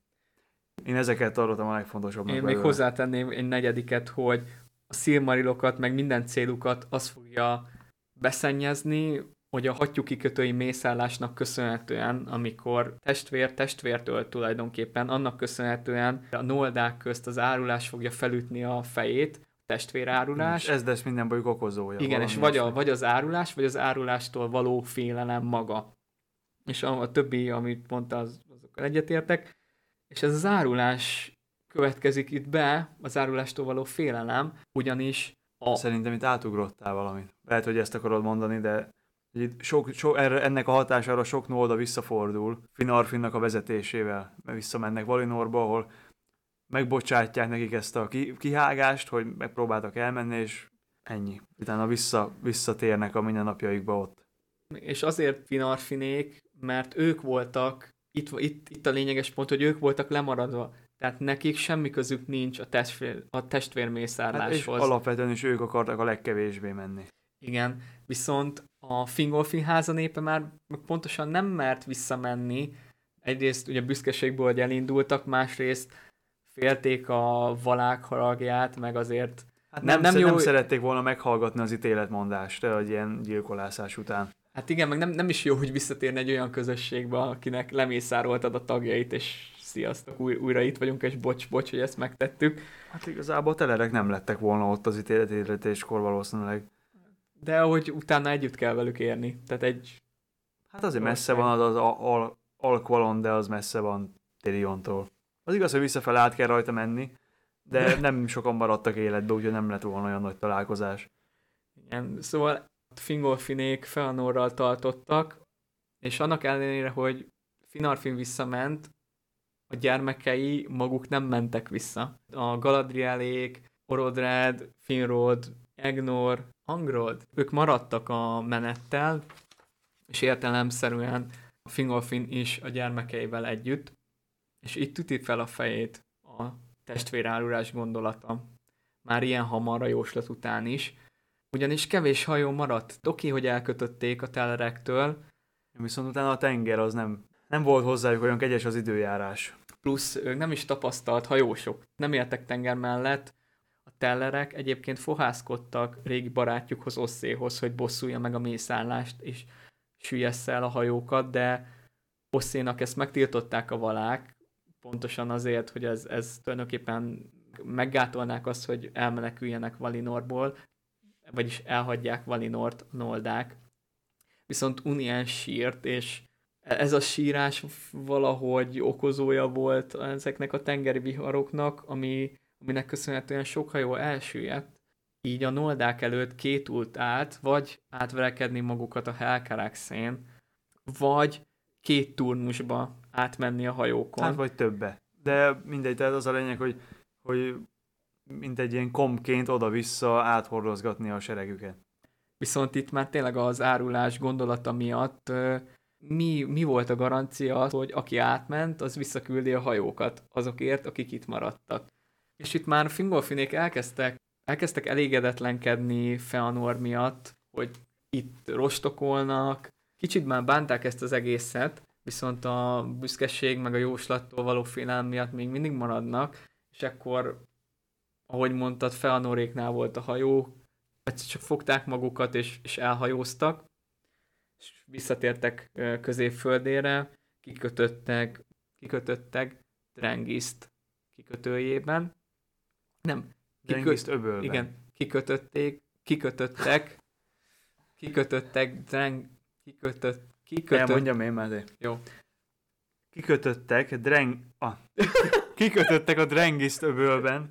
Én ezeket tartottam a legfontosabbnak. Én még hozzátenném egy negyediket, hogy a Silmarillokat, meg minden célukat az fogja beszennyezni, hogy a hattyúkikötői mészállásnak köszönhetően, amikor testvért ölt tulajdonképpen, annak köszönhetően a noldák közt az árulás fogja felütni a fejét, testvérárulás. És ez lesz minden bajuk okozója. Igen, és vagy az árulás, vagy az árulástól való félelem maga. És a többi, amit mondta, azokkal egyetértek. És ez az árulás következik itt be, az árulástól való félelem, ugyanis Szerintem itt átugrottál valamit. Lehet, hogy ezt akarod mondani, de itt ennek a hatására sok nolda visszafordul Finarfinnak a vezetésével, mert visszamennek Valinorba, ahol megbocsátják nekik ezt a kihágást, hogy megpróbáltak elmenni, és ennyi. Utána visszatérnek a mindennapjaikba ott. És azért Finarfinék, mert ők voltak, itt a lényeges pont, hogy ők voltak lemaradva. Tehát nekik semmi közük nincs a testvérmészárláshoz. Hát és alapvetően is ők akartak a legkevésbé menni. Igen, viszont a Fingolfin háza népe már pontosan nem mert visszamenni. Egyrészt ugye büszkeségből, hogy elindultak, másrészt félték a valák haragját, meg azért Hát nem szerették volna meghallgatni az ítéletmondást egy ilyen gyilkolászás után. Hát igen, meg nem is jó, hogy visszatérni egy olyan közösségbe, akinek lemészároltad a tagjait, és sziasztok, újra itt vagyunk, és bocs, hogy ezt megtettük. Hát igazából a telerek nem lettek volna ott az ítéletéskor valószínűleg. De hogy utána együtt kell velük érni. Tehát Hát azért messze van az Alqualon, de az messze van Tyriontól. Az igaz, hogy visszafele át kell rajta menni, de nem sokan maradtak életbe, úgyhogy nem lett volna olyan nagy találkozás. Igen, szóval Fingolfinék Feanorral tartottak, és annak ellenére, hogy Finarfin visszament, a gyermekei maguk nem mentek vissza. A Galadrielék, Orodred, Finrod, Egnor, Angrod, ők maradtak a menettel, és értelemszerűen Fingolfin is a gyermekeivel együtt, és itt üti fel a fejét a testvérárulás gondolata. Már ilyen hamar a jóslat után is, ugyanis kevés hajó maradt. Oké, hogy elkötötték a telerektől, Viszont utána a tenger az nem volt hozzájuk olyan kegyes az időjárás. plusz ők nem is tapasztalt hajósok, nem éltek tenger mellett. A tellerek egyébként fohászkodtak régi barátjukhoz, Osszéhoz, hogy bosszulja meg a mészállást, és süllyessze el a hajókat, de Osszénak ezt megtiltották a valák, pontosan azért, hogy ez tulajdonképpen meggátolnák azt, hogy elmeneküljenek Valinorból, vagyis elhagyják Valinort a noldák. Viszont Unien sírt, és ez a sírás valahogy okozója volt ezeknek a tengeri viharoknak, aminek köszönhetően sok hajó elsüllyedt. Így a noldák előtt két út állt, vagy átverekedni magukat a Helcaraxén, vagy két turnusba átmenni a hajókon. Hát vagy többe. De mindegy, tehát az a lényeg, hogy mint egy ilyen komként oda-vissza áthordozgatni a seregüket. Viszont itt már tényleg az árulás gondolata miatt mi volt a garancia, hogy aki átment, az visszaküldi a hajókat azokért, akik itt maradtak. És itt már Fingolfinék elkezdtek elégedetlenkedni Feanor miatt, hogy itt rostokolnak. Kicsit már bánták ezt az egészet, viszont a büszkeség meg a jóslattól való félelem miatt még mindig maradnak, és akkor, ahogy mondtad, Feanoréknál volt a hajó, csak fogták magukat és elhajóztak, és visszatértek Középföldére, kikötöttek Drengiszt kikötőjében. Nem. Drengiszt öbölben. Igen, Mondjam én már. Jó. Kikötöttek a Drengiszt öbölben,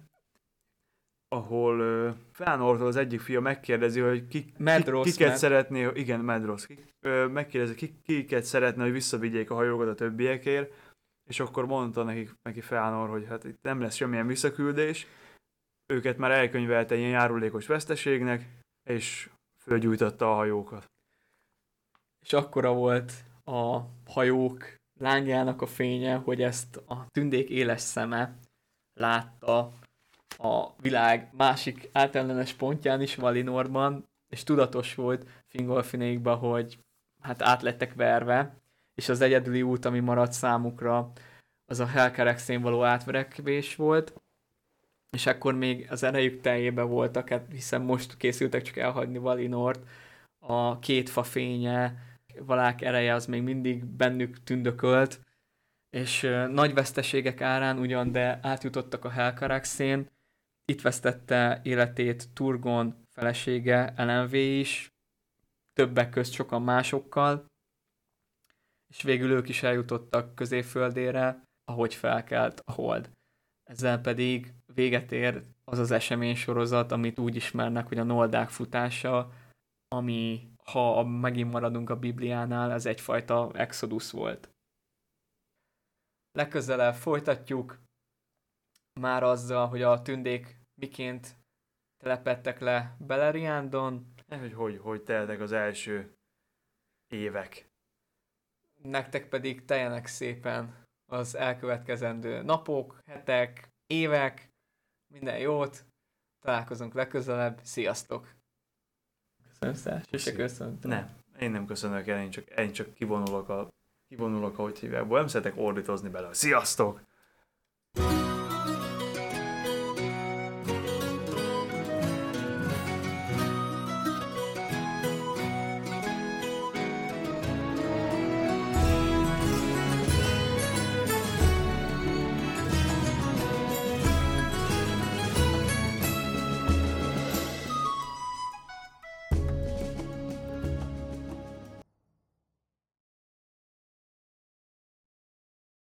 ahol Feanortól az egyik fia megkérdezi, hogy kiket szeretné, igen, Medros, megkérdezi, kiket szeretne, hogy visszavigyék a hajókat a többiekért, és akkor mondta neki Feanor, hogy hát itt nem lesz semmilyen visszaküldés, őket már elkönyvelte ilyen járulékos veszteségnek, és fölgyújtotta a hajókat. És akkora volt a hajók lángjának a fénye, hogy ezt a tündék éles szeme látta a világ másik általános pontján is, Valinorban, és tudatos volt Fingolfinékban, hogy hát át lettek verve, és az egyedüli út, ami maradt számukra, az a Helcaraxén való átverekvés volt, és akkor még az erejük teljében voltak, hát hiszen most készültek csak elhagyni Valinort, a két fa fénye, valák ereje az még mindig bennük tündökölt, és nagy veszteségek árán ugyan, de átjutottak a Helcaraxén. Itt vesztette életét Turgon felesége, Elenvé is, többek közt sokan másokkal, és végül ők is eljutottak Középföldére, ahogy felkelt a hold. Ezzel pedig véget ér az az eseménysorozat, amit úgy ismernek, hogy a noldák futása, ami, ha megint maradunk a Bibliánál, ez egyfajta exodus volt. Legközelebb folytatjuk már azzal, hogy a tündék miként telepedtek le Beleriandon. Hogy teltek az első évek. Nektek pedig teljenek szépen az elkövetkezendő napok, hetek, évek, minden jót, találkozunk legközelebb, sziasztok! Köszönöm, Sose köszöntem. Nem, én nem köszönök el, én csak kivonulok, ahogy hívják. Nem szeretek ordítozni bele. Sziasztok!